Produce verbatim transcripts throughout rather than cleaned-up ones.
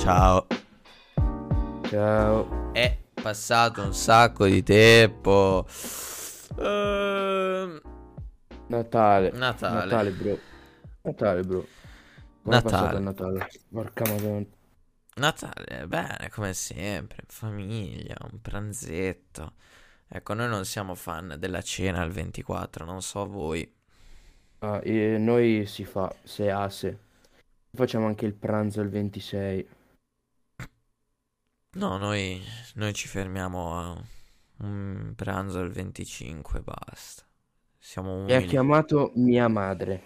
Ciao. Ciao. È passato un sacco di tempo. Ehm, Natale. Natale. Natale, bro. Natale, bro. Com'è passato il Natale. Natale? Porca madonna. Natale, bene, come sempre. Famiglia, un pranzetto. Ecco, noi non siamo fan della cena al ventiquattro, non so voi. Ah, e noi si fa, se ha se. Facciamo anche il pranzo il ventisei. No, noi, noi ci fermiamo a un pranzo al venticinque, basta. Siamo Mi ha umili. chiamato mia madre.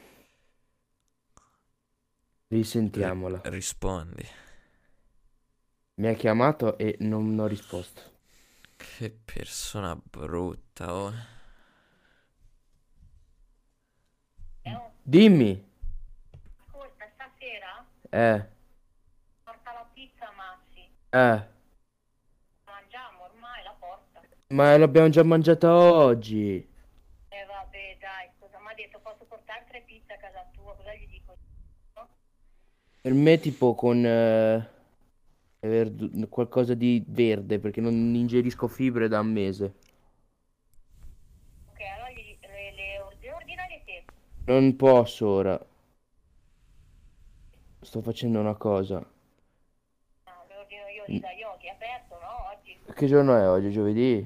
Ri- Risentiamola. rispondi. Mi ha chiamato e non ho risposto. Che persona brutta, oh. Dimmi. Ascolta, stasera Eh, porta la pizza a Massi. eh. Mangiamo ormai, la porta. Ma l'abbiamo già mangiata oggi. E vabbè, dai, scusa, mi ha detto posso portare tre pizze a casa tua, cosa gli dico? No? Per me tipo con eh, verdu- qualcosa di verde perché non ingerisco fibre da un mese. Ok, allora gli, le, le, or- le ordinare te. Non posso ora. Sto facendo una cosa. No, le ordino io lì da Yogi, è aperto, no? Oggi. Che giorno è oggi? Giovedì?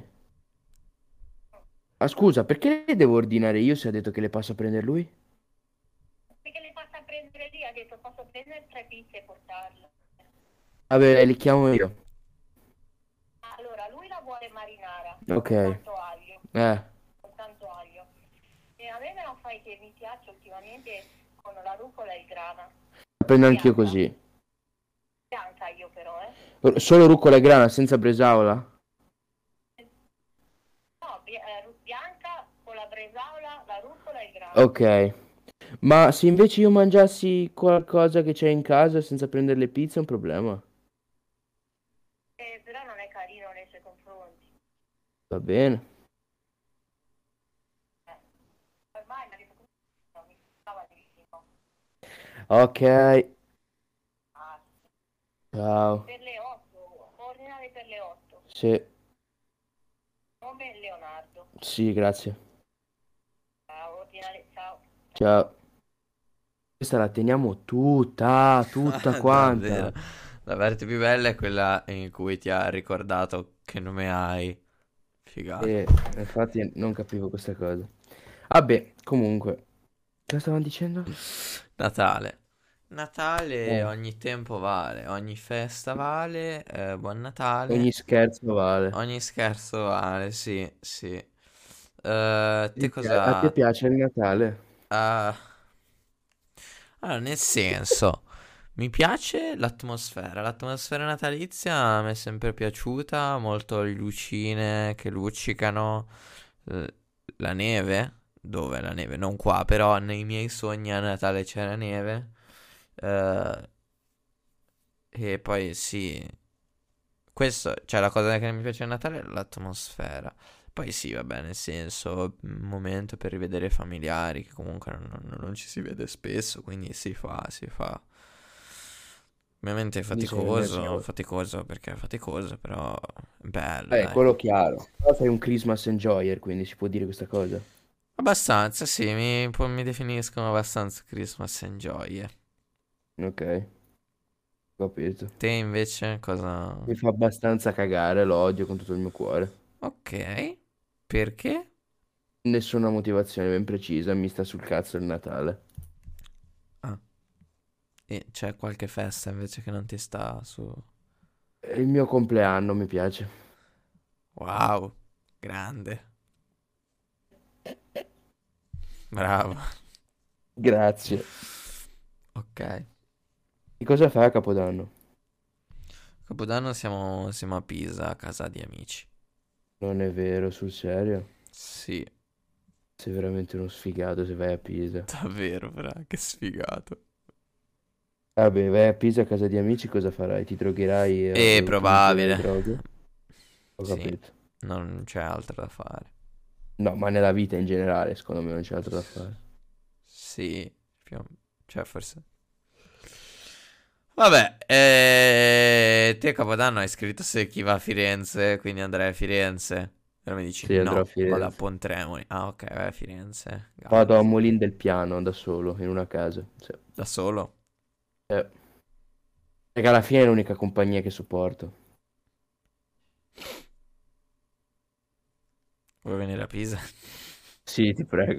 Ah, scusa, perché le devo ordinare io se ha detto che le passa a prendere lui? Perché le passa a prendere lì, ha detto posso prendere tre pizze e portarle. Vabbè, li chiamo io. Allora, lui la vuole marinara, Ok. con tanto aglio, Eh, con tanto aglio. E a me me la fai che mi piace ultimamente con la rucola e il grana. la prendo anch'io Bianca. così. Bianca io però, eh. Solo rucola e grana, senza bresaola? No, bi- eh, ru- bianca con la bresaola, la rucola e il grano. Ok. Ma se invece io mangiassi qualcosa che c'è in casa senza prendere le pizze è un problema? Eh, però non è carino nei suoi confronti. Va bene. Eh. Ormai mi ha detto che non mi stava vicino. Ok. Ah, Ciao. per le otto, ordinare per le otto. Sì, Nome Leonardo. sì, grazie. Ciao, ordinare, ciao. Ciao. Questa la teniamo tutta, tutta Davvero. quanta. La parte più bella è quella in cui ti ha ricordato che nome hai. Figata. E infatti non capivo questa cosa. Vabbè, comunque. Cosa stavano dicendo? Natale. Natale Eh, ogni tempo vale, ogni festa vale, eh, buon Natale, ogni scherzo vale. ogni scherzo vale, sì, sì. Eh, te Ti pi- A te cosa... piace il Natale? ah, allora, nel senso, mi piace l'atmosfera, l'atmosfera natalizia mi è sempre piaciuta, molto le lucine che luccicano, eh, la neve, dove la neve? Non qua, però nei miei sogni a Natale c'era neve. Eh, e poi sì, questo, cioè la cosa che mi piace a Natale è l'atmosfera. Poi sì, vabbè, nel senso, un momento per rivedere i familiari, che comunque non, non- non ci si vede spesso, quindi si fa, si fa. Ovviamente è Di solito faticoso, immaginavo. faticoso perché è faticoso, però è bello, Eh, dai. quello chiaro. Però sei un Christmas enjoyer, quindi si può dire questa cosa. Abbastanza, sì, mi, poi mi definiscono abbastanza Christmas enjoy. eh. Ok, capito. Te invece cosa... Mi fa abbastanza cagare, lo odio con tutto il mio cuore. Ok, perché? Nessuna motivazione ben precisa, mi sta sul cazzo il Natale. Ah, e c'è qualche festa invece che non ti sta su... E il mio compleanno mi piace. Wow, grande, bravo. Grazie. Ok, Che cosa fai a Capodanno? Capodanno siamo, siamo a Pisa, a casa di amici. Non è vero, sul serio? Sì, Sei veramente uno sfigato se vai a Pisa. davvero, fra, che sfigato. Vabbè, vai a Pisa a casa di amici, cosa farai? Ti drogherai e, È e utilizzerai probabile. droghe? Ho Sì, capito. non c'è altro da fare. No, ma nella vita in generale, secondo me non c'è altro da fare. Sì, più o- cioè forse... Vabbè, eh, te Capodanno hai scritto se chi va a Firenze, quindi andrai a Firenze. Però mi dici Sì, andrò a no, vado a Firenze. Pontremoli. Ah, ok, vai a Firenze. Vado a Gambes. Molin del Piano da solo, in una casa. Sì. Da solo? Eh, Perché alla fine è l'unica compagnia che sopporto. Vuoi venire a Pisa? Sì, ti prego.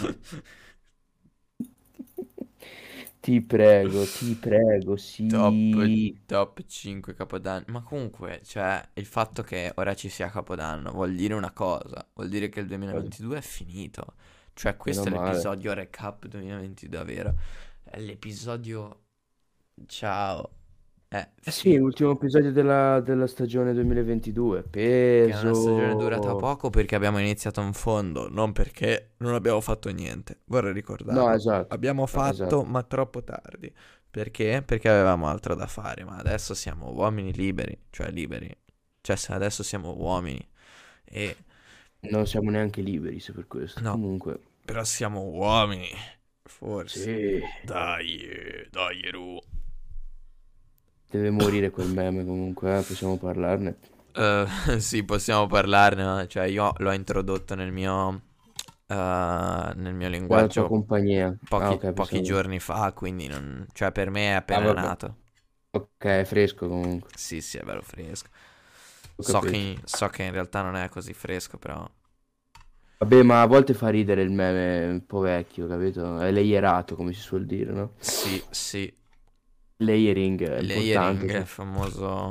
Ti prego, ti prego, Top, sì. top cinque Capodanno. Ma comunque, cioè, il fatto che ora ci sia Capodanno vuol dire una cosa. Vuol dire che il Cosa? duemilaventidue è finito. Cioè, Meno questo è male. l'episodio recap duemilaventidue, vero? È l'episodio... Ciao. È Eh sì, finito. l'ultimo episodio della, della stagione duemilaventidue. Che è una stagione durata Peso. poco perché abbiamo iniziato in fondo, non perché non abbiamo fatto niente. Vorrei No, ricordarlo. esatto. Abbiamo No, fatto, esatto. ma troppo tardi. Perché? Perché avevamo altro da fare, ma adesso siamo uomini liberi, cioè liberi. Cioè, se adesso siamo uomini e Non siamo neanche liberi se per questo. no, Comunque, però siamo uomini. Forse. sì. Dai, dai, Ru. Deve morire quel meme comunque, eh, possiamo parlarne. Eh, sì, possiamo parlarne, ma- cioè io l'ho introdotto nel mio, eh, nel mio Della tua linguaggio compagnia. Ah, pochi, ok, pochi pensavo. giorni fa, quindi non, cioè per me è Ah, appena vabbè. nato. Ok, è fresco comunque. Sì, sì, è bello fresco. Ho So capito. che, so che in realtà non è così fresco, però Vabbè, ma a volte fa ridere il meme un po' vecchio, capito? È layerato, come si suol dire, no? sì, sì. Layering è Layering importante, è sì. famoso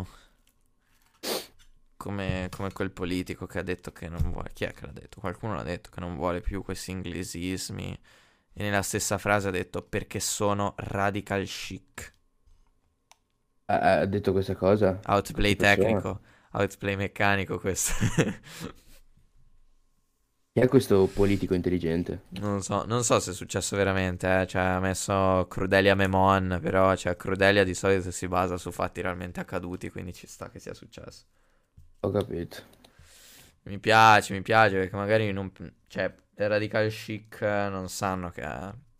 come, come quel politico che ha detto che non vuole. Chi è che l'ha detto? Qualcuno l'ha detto che non vuole più questi inglesismi. E nella stessa frase ha detto perché sono radical chic. Ha, ha detto questa cosa? Outplay Questa persona? tecnico, outplay meccanico questo. Chi è questo politico intelligente? Non so, non so se è successo veramente, eh. Cioè, ha messo Crudelia Memon, però, cioè, Crudelia di solito si basa su fatti realmente accaduti, quindi ci sta che sia successo. Ho capito. Mi piace, mi piace, perché magari non... Cioè, le radical chic eh, non sanno che...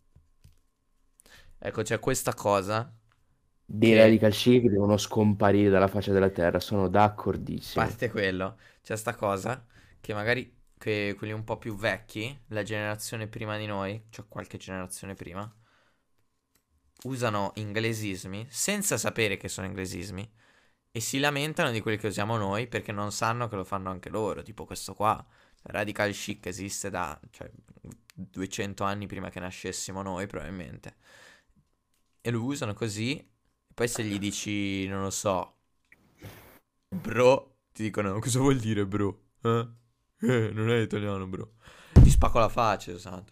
Ecco, c'è questa cosa Dei che, radical chic devono scomparire dalla faccia della terra, sono a d'accordissimo. parte quello, c'è sta cosa che magari che quelli un po' più vecchi, la generazione prima di noi, cioè qualche generazione prima, usano inglesismi senza sapere che sono inglesismi e si lamentano di quelli che usiamo noi perché non sanno che lo fanno anche loro, tipo questo qua. Radical chic esiste da cioè, duecento anni prima che nascessimo noi, probabilmente. E lo usano così. E poi se gli dici, non lo so, bro, ti dicono cosa vuol dire bro? Eh? Eh, non è italiano, bro. Ti spacco la faccia, santo.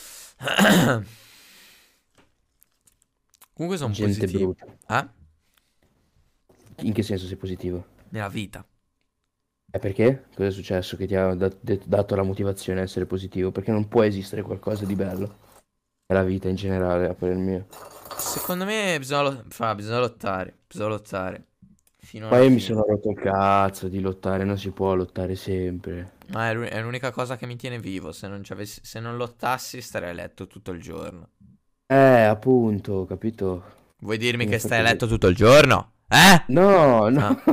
Comunque sono Gente positivo. brutta. Eh? In che senso sei positivo? Nella vita. E perché? Cosa è successo che ti ha dat- det- dato la motivazione a essere positivo? Perché non può esistere qualcosa di bello nella vita in generale, a parer mio. Secondo me bisogna, lo- fra, bisogna lottare. Bisogna lottare. Fino alla Poi mi fine. sono rotto il cazzo di lottare, non si può lottare sempre. Ma è l'u- è l'unica cosa che mi tiene vivo. Se non, ci avessi- se non lottassi, starei a letto tutto il giorno. Eh, appunto, capito? Vuoi dirmi Bisogna che stai a farsi- letto tutto il giorno? Eh? No, no. Ah,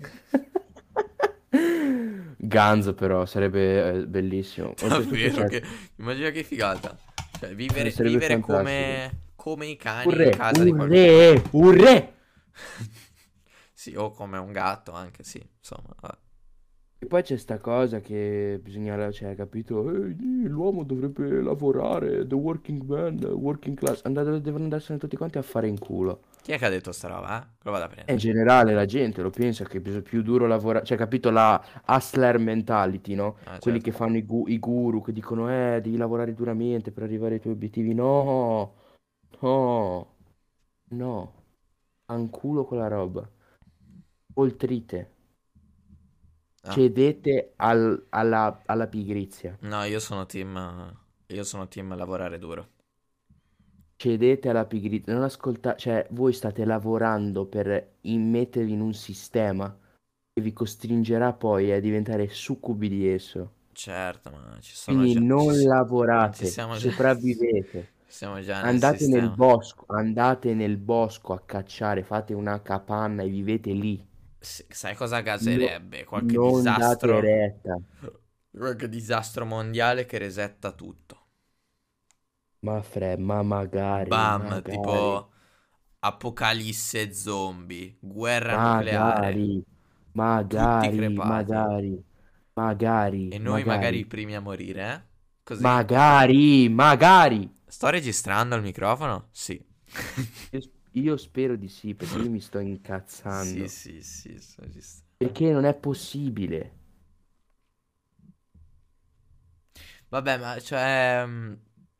Ganzo però, sarebbe eh, bellissimo. Molto spesso davvero c'è... che... Immagina che figata. Cioè, eh, vivere, sarebbe vivere fantastico. come, come i cani in Urre, casa di qualcuno. urre, urre! Sì, o come un gatto anche, sì. Insomma, vabbè. E poi c'è sta cosa che bisogna, cioè, capito? Eh, sì, l'uomo dovrebbe lavorare, the working man, the working class. Andate, devono andarsene tutti quanti a fare in culo. Chi è che ha detto sta roba, eh? Lo vado a E in prendere. generale la gente lo pensa che è più duro lavorare, cioè, capito la hustler mentality, no? Ah, Quelli che certo. fanno i, gu- i guru, che dicono, eh, devi lavorare duramente per arrivare ai tuoi obiettivi. No, no, no, anculo quella roba. Poltrite, Ah. cedete al- alla, alla pigrizia. No, io sono team. Io sono team lavorare duro. Cedete alla pigrizia, non ascoltate, cioè voi state lavorando per immettervi in un sistema che vi costringerà poi a diventare succubi di esso. Certo, ma ci sono Quindi già. Ci non si- ma ci lavorate, siamo già. sopravvivete. Siamo già nel Andate nel sistema. bosco, andate nel bosco a cacciare, fate una capanna e vivete lì. S- sai cosa No- caserebbe? Qualche non date disastro, retta. qualche disastro mondiale che resetta tutto. Ma Fre, ma magari, Bam, magari, tipo apocalisse zombie, guerra nucleare, magari, tutti magari, crepati. magari, magari, E noi magari i magari, primi a morire, eh? Così. magari, magari. Sto registrando il microfono? Sì. Io, io spero di sì, perché io mi sto Sì, incazzando. sì, sì, sto registrando. Perché non è possibile. Vabbè, ma cioè... mm,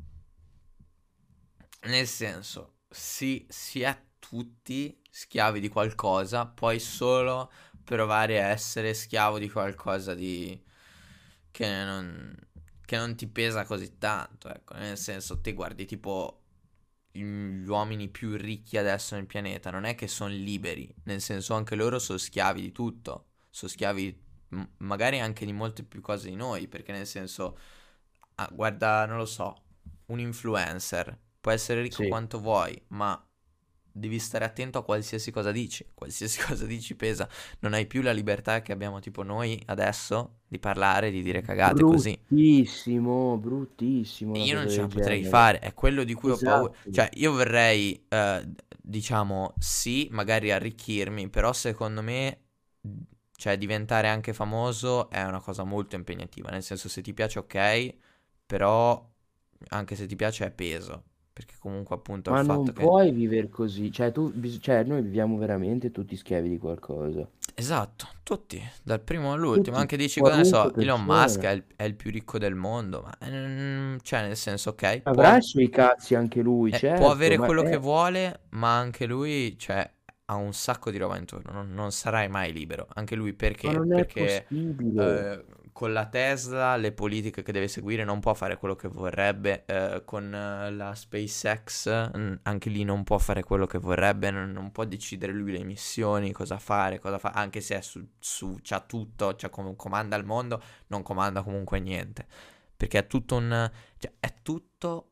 nel senso, si, si è tutti schiavi di qualcosa, puoi solo provare a essere schiavo di qualcosa di... che non, che non ti pesa così tanto, ecco. Nel senso, te guardi tipo gli uomini più ricchi adesso nel pianeta, non è che sono liberi, nel senso anche loro sono schiavi di tutto, sono schiavi m- magari anche di molte più cose di noi, perché nel senso, ah, guarda, non lo so, un influencer, può essere ricco Sì. quanto vuoi, ma devi stare attento a qualsiasi cosa dici, qualsiasi cosa dici pesa, non hai più la libertà che abbiamo tipo noi adesso di parlare, di dire cagate così. Bruttissimo, bruttissimo E una io non cosa ce del la potrei genere. fare, è quello di cui ho paura. Esatto. Cioè, io vorrei, eh, diciamo, sì, magari arricchirmi, però secondo me, cioè, diventare anche famoso è una cosa molto impegnativa. Nel senso, se ti piace, ok, però anche se ti piace è peso. Perché comunque, appunto, il Ma fatto non che... puoi vivere così. Cioè, tu, bis- cioè, noi viviamo veramente tutti schiavi di qualcosa. Esatto, tutti, dal primo all'ultimo. Tutti, Anche dici, cosa ne qualunque so, Elon Musk persona. è il, è il più ricco del mondo, ma mm, cioè, nel senso, ok, può, Avrà i av- suoi cazzi anche lui, eh, può certo, avere ma quello che è... vuole, ma anche lui, cioè, ha un sacco di roba intorno, non, non sarai mai libero. Anche lui ma perché? non è Perché possibile. eh, con la Tesla, le politiche che deve seguire, non può fare quello che vorrebbe. Eh, con eh, la SpaceX, mm, anche lì non può fare quello che vorrebbe, non, non può decidere lui le missioni, cosa fare, cosa fa, anche se è su, su c'ha tutto, cioè com- comanda il mondo, non comanda comunque niente. Perché è tutto un... cioè, è tutto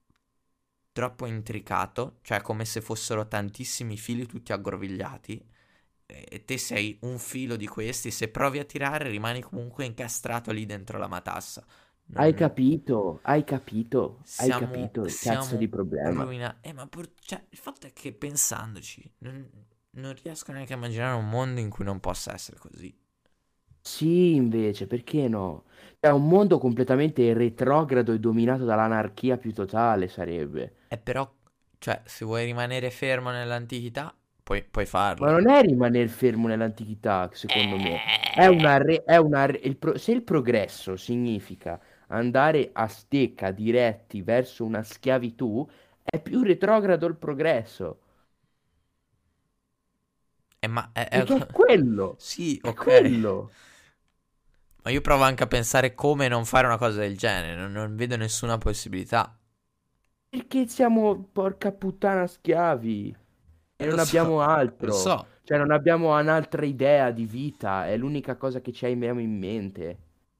troppo intricato, cioè come se fossero tantissimi fili tutti aggrovigliati e te sei un filo di questi, se provi a tirare rimani comunque incastrato lì dentro la matassa. Hai Non... capito? Hai capito? Hai Siamo, capito il cazzo di siamo problema? rovinati. Eh, ma pur- cioè, il fatto è che pensandoci, non, non riesco neanche a immaginare un mondo in cui non possa essere così. Sì, invece, perché no? È un mondo completamente retrogrado e dominato dall'anarchia più totale, sarebbe. E però, cioè, se vuoi rimanere fermo nell'antichità, puoi, puoi Ma farlo. non è rimanere fermo nell'antichità, secondo me. È Eh, una re- è una re- il pro- se il progresso significa andare a stecca diretti verso una schiavitù, è più retrogrado il progresso. eh, ma è, è- Perché è quello. Sì, È ok. quello. Ma io provo anche a pensare come non fare una cosa del genere. Non, non vedo nessuna possibilità. Perché siamo, porca puttana, schiavi. E E lo non so, abbiamo lo altro. so. Cioè, non abbiamo un'altra idea di vita. È l'unica cosa che ci abbiamo in mente.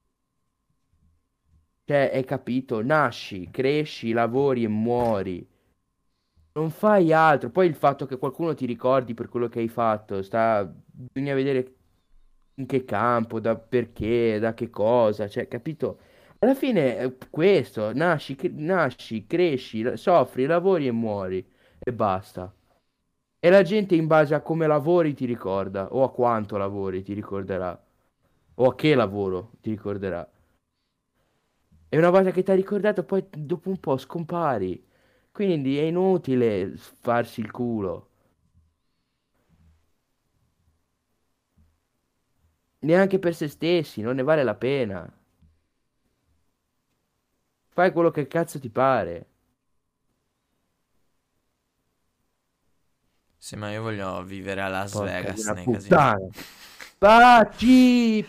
Cioè, hai capito? Nasci, cresci, lavori e muori. Non fai altro. Poi il fatto che qualcuno ti ricordi per quello che hai fatto, sta... bisogna vedere in che campo, da perché, da che cosa, cioè, capito? Alla fine è questo, nasci, cre- nasci, cresci, la- soffri, lavori e muori e basta. E la gente in base a come lavori ti ricorda, o a quanto lavori ti ricorderà, o a che lavoro ti ricorderà. E una volta che ti ha ricordato, poi dopo un po' scompari. Quindi è inutile farsi il culo. Neanche per se stessi, non ne vale la pena. Fai quello che cazzo ti pare. Sì, ma io voglio vivere a Las Porca di Vegas una nei casini. puttana. Baci!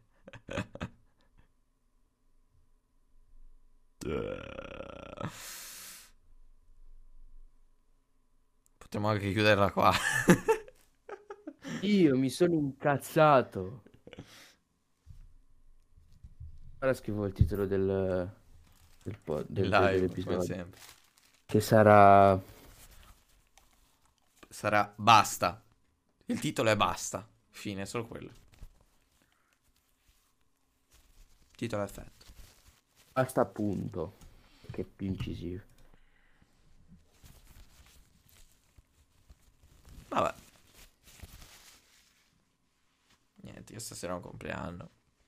Potremmo anche chiuderla qua. Io mi sono incazzato. Ora scrivo il titolo del, del po- In del- del- live, come dell'episodio. sempre. che sarà... Sarà basta. Il titolo è basta. Fine, solo quello. Titolo effetto. Basta appunto. Che è più incisivo. Vabbè. Niente, io stasera ho un compleanno.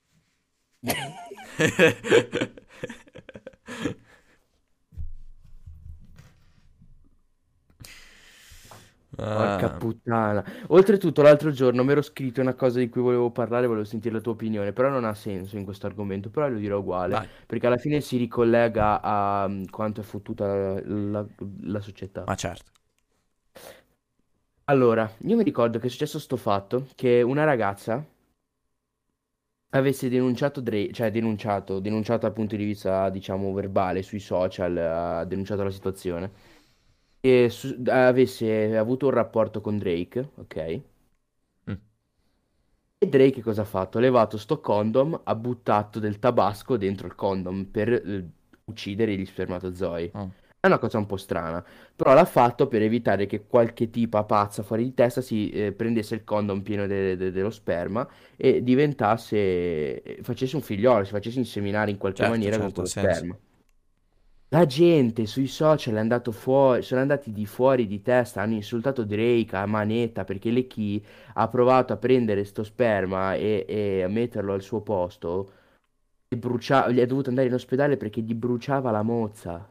Porca Ah, puttana. Oltretutto, l'altro giorno mi ero scritto una cosa di cui volevo parlare, volevo sentire la tua opinione, però non ha senso in questo argomento, però lo dirò uguale, vai. perché alla fine si ricollega a mm, quanto è fottuta la, la- la società. Ma certo. Allora, io mi ricordo che è successo sto fatto, che una ragazza avesse denunciato Drake, cioè denunciato, denunciato dal punto di vista, diciamo, verbale sui social, ha denunciato la situazione, e su- avesse avuto un rapporto con Drake, ok? Mm. E Drake cosa ha fatto? Ha levato sto condom, ha buttato del tabasco dentro il condom per eh, uccidere gli spermatozoi. Oh. È una cosa un po' strana, però l'ha fatto per evitare che qualche tipa pazza fuori di testa si eh, prendesse il condom pieno de- de- dello sperma e diventasse, eh, facesse un figliolo, si facesse inseminare in qualche Certo, maniera con certo, ha quello senso. sperma. La gente sui social è andato fuori, sono andati di fuori di testa, hanno insultato Drake a manetta perché Lecchi ha provato a prendere sto sperma e, e a metterlo al suo posto e brucia- gli è dovuto andare in ospedale perché gli bruciava la mozza.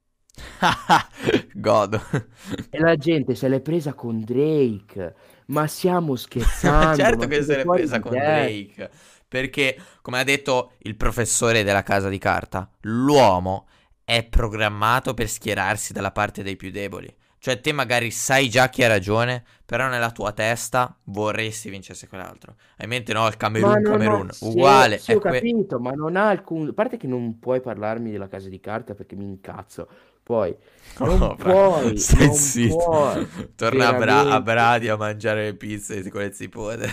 Godo. E la gente se l'è presa con Drake. Ma stiamo scherzando, Certo ma che se siete l'è fuori presa di con testa. Drake. Perché, come ha detto il professore della casa di carta, l'uomo è programmato per schierarsi dalla parte dei più deboli. Cioè, te magari sai già chi ha ragione, però nella tua testa vorresti vincesse quell'altro. Hai in mente, no, il Ma Camerun, non ha... Camerun. Sì, Uguale, sì, è ho que... capito, ma non ha alcun... A parte che non puoi parlarmi della casa di carta perché mi incazzo. Poi, non Oh, fra, puoi, stai non zitto. puoi, Torna a, Bra- a veramente. Bradi a mangiare le pizze con le zipode.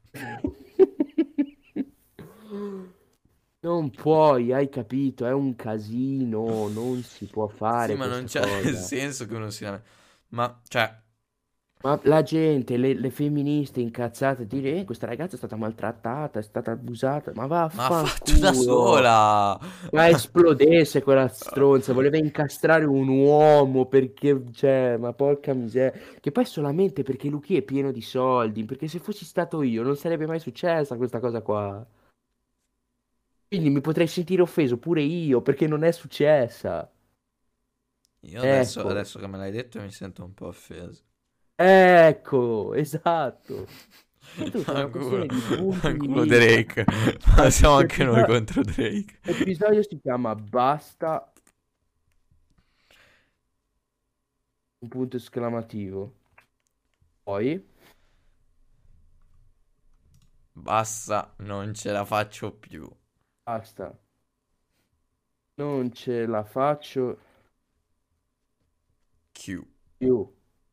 Non puoi, hai capito, è un casino, non si può Sì, fare ma non questa c'è il cosa. senso che uno si lamenta. Ma, cioè, Ma la gente, le, le femministe incazzate, dire, eh, questa ragazza è stata maltrattata, è stata abusata, ma ma ha fatto da vaffanculo. sola. Ma esplodesse quella stronza, voleva incastrare un uomo perché, cioè, ma porca miseria. Che poi solamente perché Luchi è pieno di soldi, perché se fossi stato io non sarebbe mai successa questa cosa qua. Quindi mi potrei sentire offeso pure io perché non è successa. Io adesso, Ecco, adesso che me l'hai detto mi sento un po' offeso. ecco, esatto. È tutta una Fanculo, questione di punti di fanculo vista. Drake. Ma Ah, siamo questo anche noi episodio, contro Drake. episodio si chiama Basta, un punto esclamativo. Poi, Basta, non ce la faccio più. basta, non ce la faccio Q. più.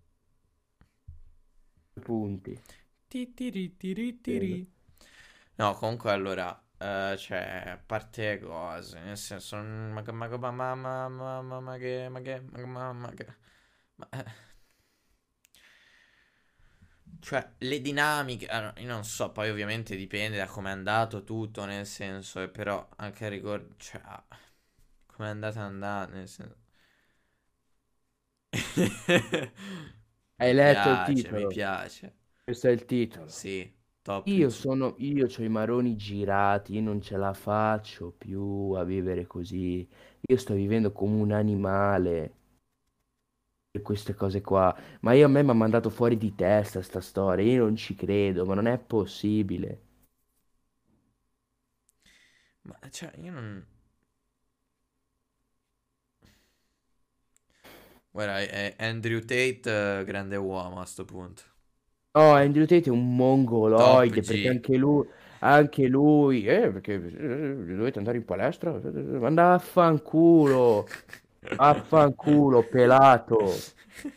Punti. Titiritiri. No, comunque allora, eh, cioè, a parte cose, nel senso, mm, ma, ma, ma, ma, ma, ma, ma, ma che, ma che, ma, ma, ma che, ma, eh, cioè, le dinamiche, allora, io non so, poi ovviamente dipende da come è andato tutto, nel senso, eh, però anche a riguardo, cioè, come è andata andata, nel senso. Hai Mi letto il piace, mi titolo? piace. Questo è il titolo. Sì, top Io X. sono, io ho i maroni girati, io non ce la faccio più a vivere così. Io sto vivendo come un animale per queste cose qua. Ma io a me mi ha mandato fuori di testa sta storia. Io non ci credo, ma non è possibile. Ma, cioè, io non... Guarda, è- è Andrew Tate, eh, grande uomo a sto punto. No, Andrew Tate è un Top mongoloide perché G. anche lui, anche lui, eh, perché eh, dovete andare in palestra? Ma andate a fanculo, affanculo, pelato.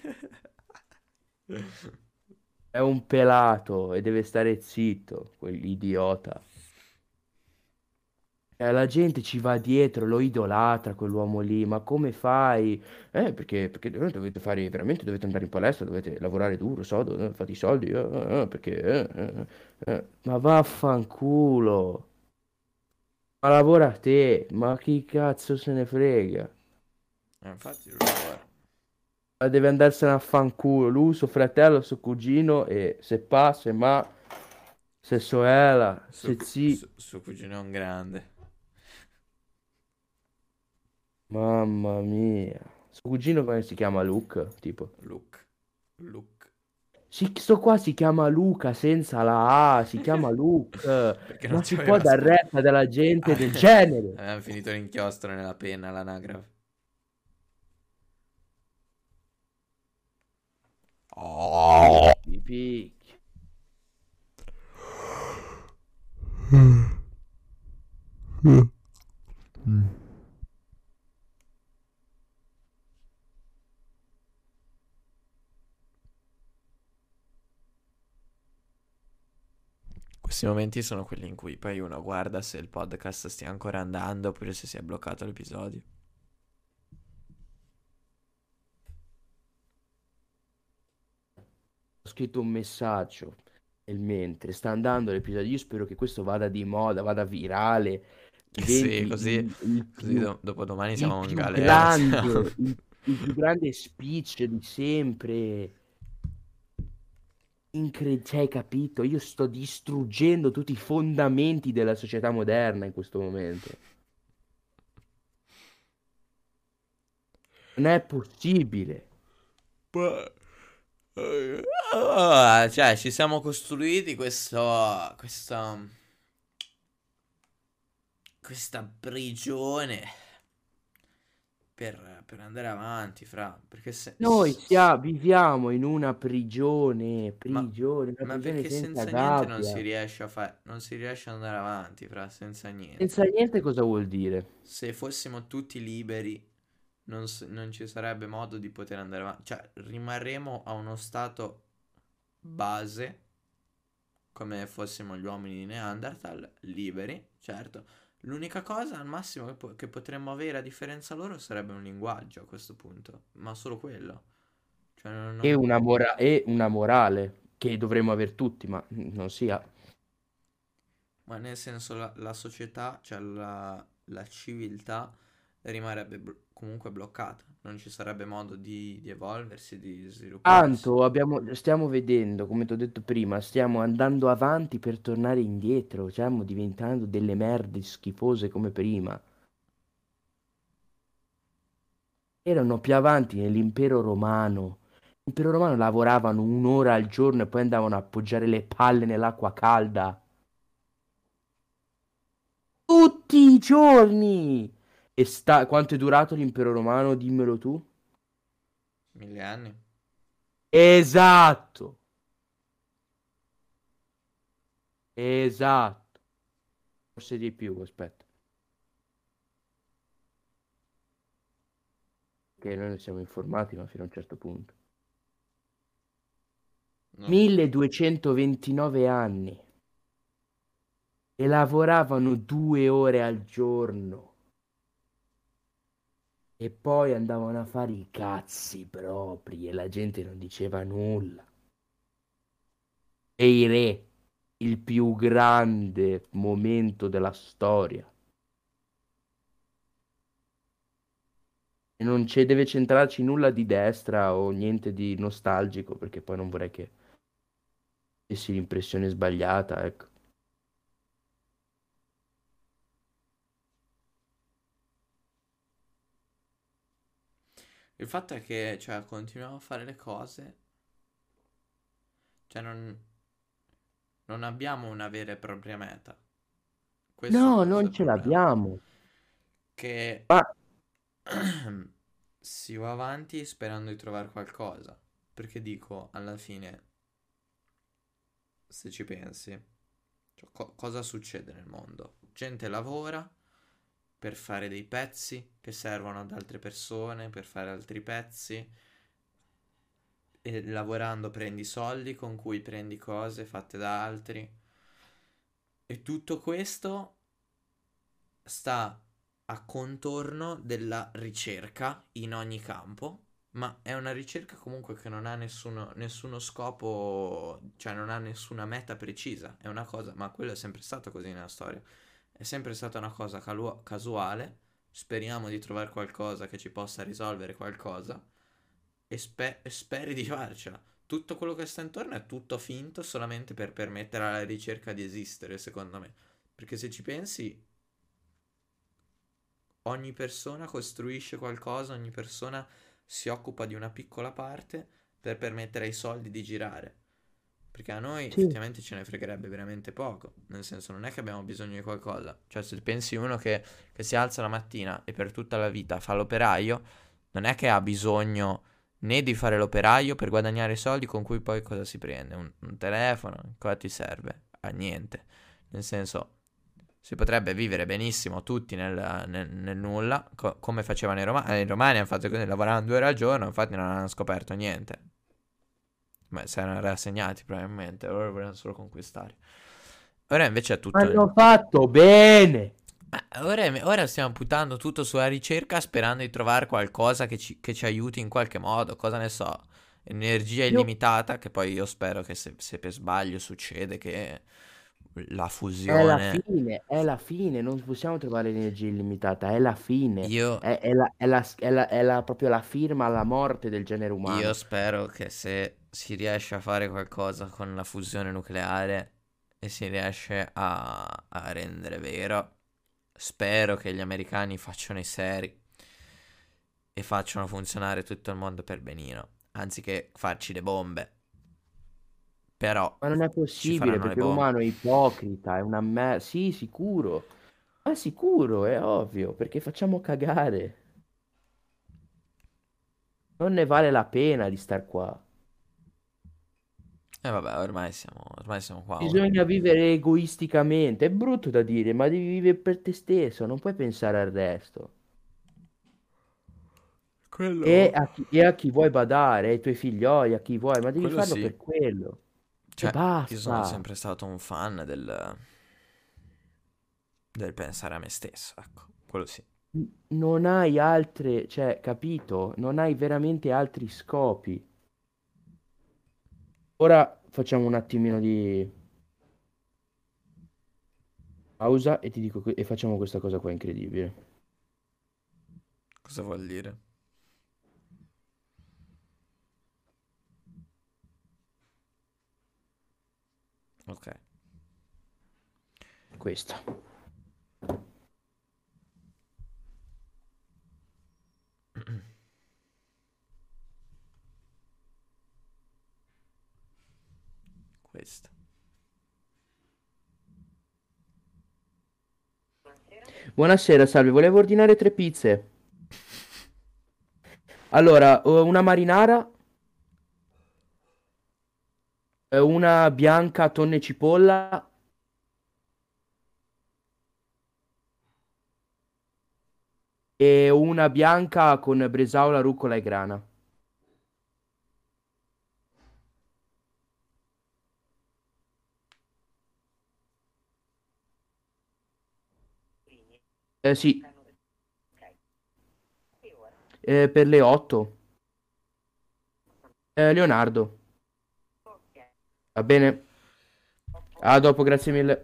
È un pelato e deve stare zitto, quell'idiota. Eh, la gente ci va dietro, lo idolatra quell'uomo lì, ma come fai? Eh, perché, perché voi dovete fare, veramente dovete andare in palestra, dovete lavorare duro, sodo, eh, fate i soldi, eh, eh, eh, perché... eh, eh, eh. Ma vaffanculo, ma lavora a te, ma chi cazzo se ne frega? Eh, infatti lui lavora. Ma deve andarsene a fanculo, lui, suo fratello, suo cugino, e se pa, se ma, se sorella, Suo, se cu- zi, su- suo cugino è un grande. mamma mia. Suo cugino come si chiama? Luke, tipo. Luke. Luke. Sì, sto qua si chiama Luca senza la A, si chiama Luke, Perché non ma ci si può aveva dar scritto. retta della gente del genere? Avevamo finito l'inchiostro nella penna, l'anagrafe. Oh. Picchi, picchi. Questi momenti sono quelli in cui poi uno guarda se il podcast stia ancora andando oppure se si è bloccato l'episodio. Ho scritto un messaggio nel mentre sta andando l'episodio. Io spero che questo vada di moda, vada virale, Sì, diventi così, il, il così più, do- dopodomani il siamo in più galera. grande, il, il più grande speech di sempre. Incre- cioè, hai capito? Io sto distruggendo tutti i fondamenti della società moderna in questo momento. Non è possibile. Poi- eh, ah, cioè, ci siamo costruiti questo, questa, questa prigione per, per andare avanti, fra. Perché se, Noi s- s- sia- viviamo in una prigione, ma, prigione, una ma prigione perché senza senza niente non si gabbia. riesce a fare, non si riesce ad andare avanti, fra, senza niente. Senza niente cosa vuol dire? Se fossimo tutti liberi, non, s- non ci sarebbe modo di poter andare avanti. Cioè, rimarremo a uno stato base, come fossimo gli uomini di Neanderthal, liberi, certo. L'unica cosa al massimo che, po- che potremmo avere a differenza loro sarebbe un linguaggio a questo punto, ma solo quello. Cioè, non, E non- una, mora- e una morale che dovremmo aver tutti, ma non sia. ma nel senso la, la società, cioè la, la civiltà rimarrebbe blo- comunque bloccata, non ci sarebbe modo di, di evolversi, di svilupparsi. Tanto abbiamo, stiamo vedendo, come ti ho detto prima, stiamo andando avanti per tornare indietro, stiamo diventando delle merde schifose come prima. Erano più avanti nell'impero romano. L'impero romano lavoravano un'ora al giorno e poi andavano a appoggiare le palle nell'acqua calda. Tutti i giorni! E sta... quanto è durato l'impero romano? Dimmelo tu. Mille anni? Esatto, esatto. Forse di più, aspetta. Che noi non siamo informati, ma fino a un certo punto. No. milleduecentoventinove anni e lavoravano due ore al giorno e poi andavano a fare i cazzi propri e la gente non diceva nulla. E i re, il più grande momento della storia. E non c'è, deve centrarci nulla di destra o niente di nostalgico, perché poi non vorrei che avessi l'impressione sbagliata, ecco. Il fatto è che, cioè, continuiamo a fare le cose, cioè non, non abbiamo una vera e propria meta. Questo No, forse è non il ce problema. l'abbiamo. Che Ma si va avanti sperando di trovare qualcosa. Perché dico, alla fine, se ci pensi, cioè, co- cosa succede nel mondo? Gente lavora per fare dei pezzi che servono ad altre persone, per fare altri pezzi, e lavorando prendi soldi con cui prendi cose fatte da altri. E tutto questo sta a contorno della ricerca in ogni campo, ma è una ricerca comunque che non ha nessuno, nessuno scopo, cioè non ha nessuna meta precisa, è una cosa, ma quello è sempre stato così nella storia, è sempre stata una cosa calu- casuale, speriamo di trovare qualcosa che ci possa risolvere qualcosa e, spe- e speri di farcela. Tutto quello che sta intorno è tutto finto solamente per permettere alla ricerca di esistere, secondo me. Perché se ci pensi, ogni persona costruisce qualcosa, ogni persona si occupa di una piccola parte per permettere ai soldi di girare. Perché a noi Sì. effettivamente ce ne fregherebbe veramente poco. Nel senso, non è che abbiamo bisogno di qualcosa. Cioè, se pensi uno che, che si alza la mattina e per tutta la vita fa l'operaio, non è che ha bisogno né di fare l'operaio per guadagnare i soldi con cui poi cosa si prende? Un, un telefono? Cosa ti serve? A niente. Nel senso, si potrebbe vivere benissimo tutti nel, nel- nel nulla, co- come facevano i romani. I romani hanno fatto così, lavoravano due ore al giorno, infatti non hanno scoperto niente. Ma si erano rassegnati probabilmente, loro volevano solo conquistare. Ora invece è tutto... Hanno fatto bene. Eh, ora, ora stiamo puntando tutto sulla ricerca sperando di trovare qualcosa che ci, che ci aiuti in qualche modo, cosa ne so. Energia Io illimitata, che poi io spero che se, se per sbaglio succede che la È la fusione... fine, è la fine, non possiamo trovare energia illimitata, è la fine, Io è, è la, è la- è la- è la- proprio la firma alla morte del genere Io umano. spero che se si riesce a fare qualcosa con la fusione nucleare e si riesce a, a rendere vero, spero che gli americani facciano i seri e facciano funzionare tutto il mondo per benino, anziché farci le bombe. Però Ma non è ci possibile faranno le perché bombe. l'umano è ipocrita, è una me... Sì, sicuro, ma sicuro, è ovvio, perché facciamo cagare. Non ne vale la pena di star qua. E vabbè, ormai siamo, ormai siamo qua ora. Bisogna vivere egoisticamente, è brutto da dire, ma devi vivere per te stesso, non puoi pensare al resto. E Quello, a chi, e a chi vuoi badare, ai tuoi figlioli, a chi vuoi, ma devi quello farlo sì. per quello. E Cioè, io sono basta. sempre stato un fan del, del pensare a me stesso, ecco, quello sì. N- Non hai altre, cioè, capito? Non hai veramente altri scopi. Ora facciamo un attimino di pausa e ti dico que- e facciamo questa cosa qua incredibile. Cosa vuol dire? Ok. Questa. Questo. Buonasera, salve, volevo ordinare tre pizze. Allora, eh, una marinara, eh, una bianca tonno e cipolla e una bianca con bresaola, rucola e grana. Eh sì, eh, per le otto. Eh, Leonardo, va bene? A dopo, grazie mille.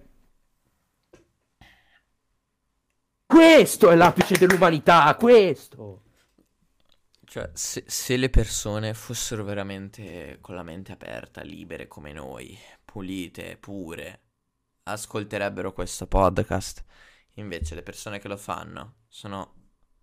Questo è l'apice dell'umanità, questo! Cioè, se, se le persone fossero veramente con la mente aperta, libere come noi, pulite, pure, ascolterebbero questo podcast. Invece le persone che lo fanno sono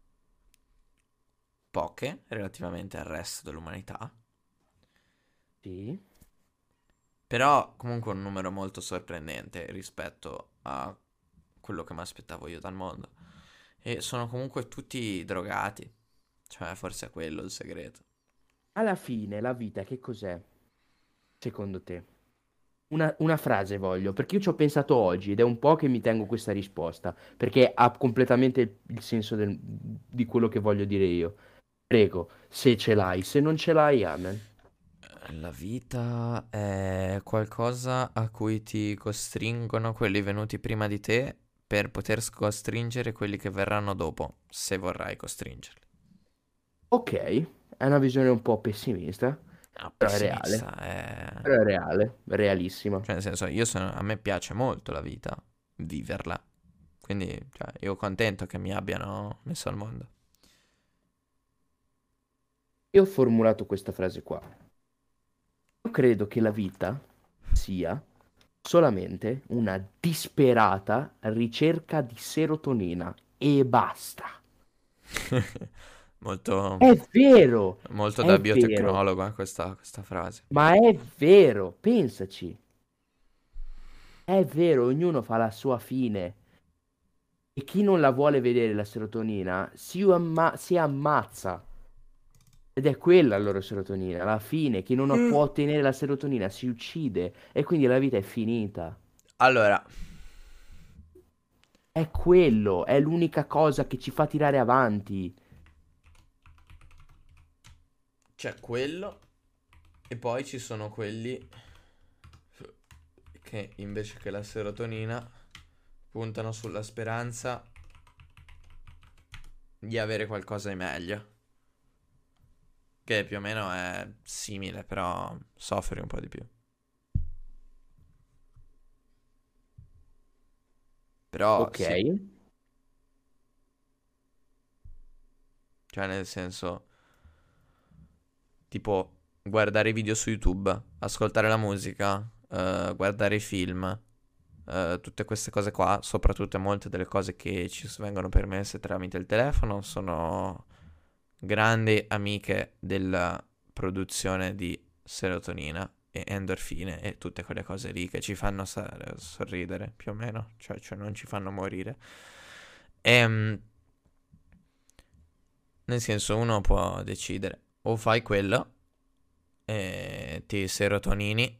poche relativamente al resto dell'umanità, Sì. però comunque un numero molto sorprendente rispetto a quello che mi aspettavo io dal mondo. E sono comunque tutti drogati, cioè forse è quello il segreto. Alla fine, la vita che cos'è, secondo te? Una, una frase voglio, perché io ci ho pensato oggi ed è un po' che mi tengo questa risposta, perché ha completamente il, il senso del- di quello che voglio dire io. Prego, se ce l'hai, se non ce l'hai, amen. La vita è qualcosa a cui ti costringono quelli venuti prima di te per poter costringere quelli che verranno dopo, se vorrai costringerli. Ok, è una visione un po' pessimista, No, però è reale. pessimista, è... Però è reale, realissima. Cioè, nel senso, io sono... a me piace molto la vita, viverla. Quindi, cioè, io contento che mi abbiano messo al mondo. Io ho formulato questa frase qua. Io credo che la vita sia solamente una disperata ricerca di serotonina e basta. Molto, È vero, molto è da vero, biotecnologo, eh, questa, questa frase. ma è vero, pensaci. È vero, ognuno fa la sua fine e chi non la vuole vedere la serotonina si, amma- si ammazza. Ed è quella la loro serotonina, alla fine chi non può ottenere la serotonina si uccide e quindi la vita è finita. Allora, È quello, è l'unica cosa che ci fa tirare avanti. c'è quello e poi ci sono quelli che invece che la serotonina puntano sulla speranza di avere qualcosa di meglio. Che più o meno è simile, però soffri un po' di più. Però Ok? sì, cioè nel senso, tipo guardare i video su YouTube, ascoltare la musica, eh, guardare i film, eh, tutte queste cose qua, soprattutto molte delle cose che ci vengono permesse tramite il telefono, sono grandi amiche della produzione di serotonina e endorfine e tutte quelle cose lì che ci fanno stare- sorridere, più o meno, cioè, cioè non ci fanno morire. Ehm, Nel senso, uno può decidere o fai quello e ti serotonini,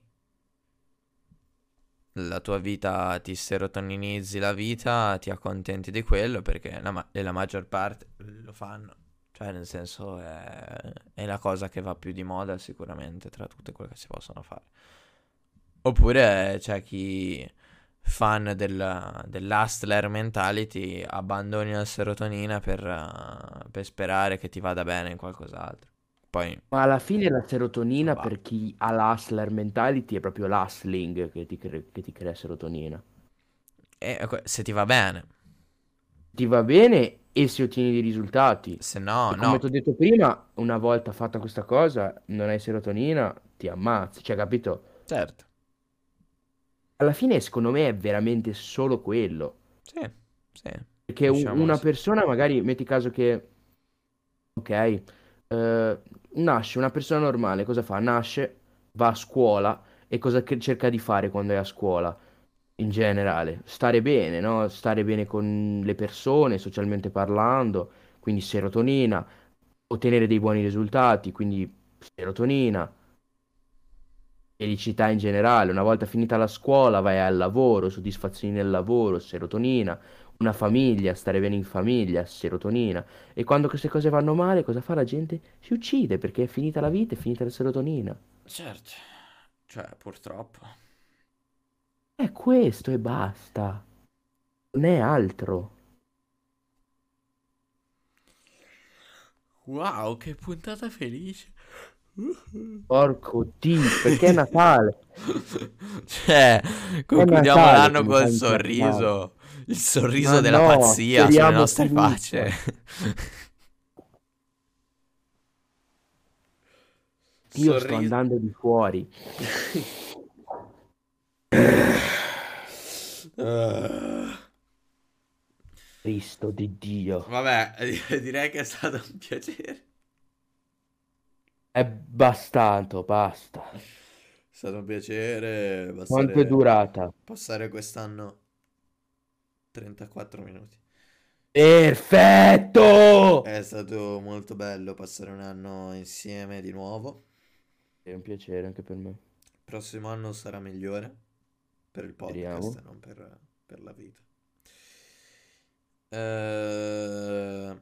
la tua vita, ti serotoninizzi la vita, ti accontenti di quello perché la, ma- e la maggior parte lo fanno. Cioè, nel senso, è, è la cosa che va più di moda sicuramente tra tutte quelle che si possono fare. Oppure c'è chi, fan del, dell'hustler mentality, abbandoni la serotonina per, eh, per sperare che ti vada bene in qualcos'altro. Poi, Ma alla fine la serotonina va. per chi ha l'hustler mentality è proprio l'hustling che ti, cre- che ti crea serotonina. E que- se ti va bene, Ti va bene e si ottieni dei risultati. se no, E come no. ti ho detto prima, una volta fatta questa cosa, non hai serotonina, ti ammazzi, cioè, capito? Certo, Alla fine, secondo me, è veramente solo quello. sì, sì, Perché u- diciamo una sì. persona, magari, metti caso che, ok, eh, nasce una persona normale, cosa fa? Nasce, va a scuola e cosa che- cerca di fare quando è a scuola? In generale, stare bene, no? Stare bene con le persone, socialmente parlando, quindi serotonina, ottenere dei buoni risultati, quindi serotonina, felicità in generale. Una volta finita la scuola, vai al lavoro, soddisfazioni nel lavoro, serotonina, una famiglia, stare bene in famiglia, serotonina. E quando queste cose vanno male, cosa fa la gente? Si uccide perché è finita la vita, è finita la serotonina. Certo, cioè, purtroppo. È questo e basta, non è altro. Wow, che puntata felice. Porco Dio, perché è Natale. Cioè, È concludiamo Natale l'anno che mi col fa incazzare. sorriso. Il sorriso Ma della no, pazzia sulle speriamo nostre facce. comunque. Io sto Sorriso. andando di fuori. Uh, Cristo di Dio. Vabbè, direi che è stato un piacere. È bastato, basta. È stato un piacere Quanto è passare, durata? passare quest'anno trentaquattro minuti. Perfetto! È stato molto bello passare un anno insieme di nuovo. È un piacere anche per me. Il prossimo anno sarà migliore per il podcast Speriamo. e non per, per la vita. Eh,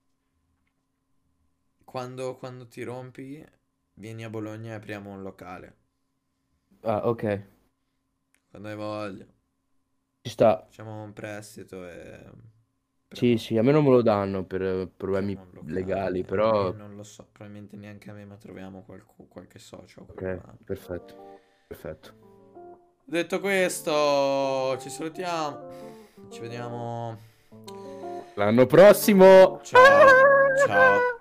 quando, quando ti rompi, vieni a Bologna e apriamo un locale. Ah, ok. Quando hai voglia. Ci sta. Facciamo un prestito e Sì, prendiamo sì, a me non me lo danno per eh, problemi un locale. legali, A me però... non lo so, probabilmente neanche a me, ma troviamo qualcu- qualche socio qui, Ok, ma... perfetto, perfetto. Detto questo, ci salutiamo. Ci vediamo. L'anno prossimo... Ciao. Ciao.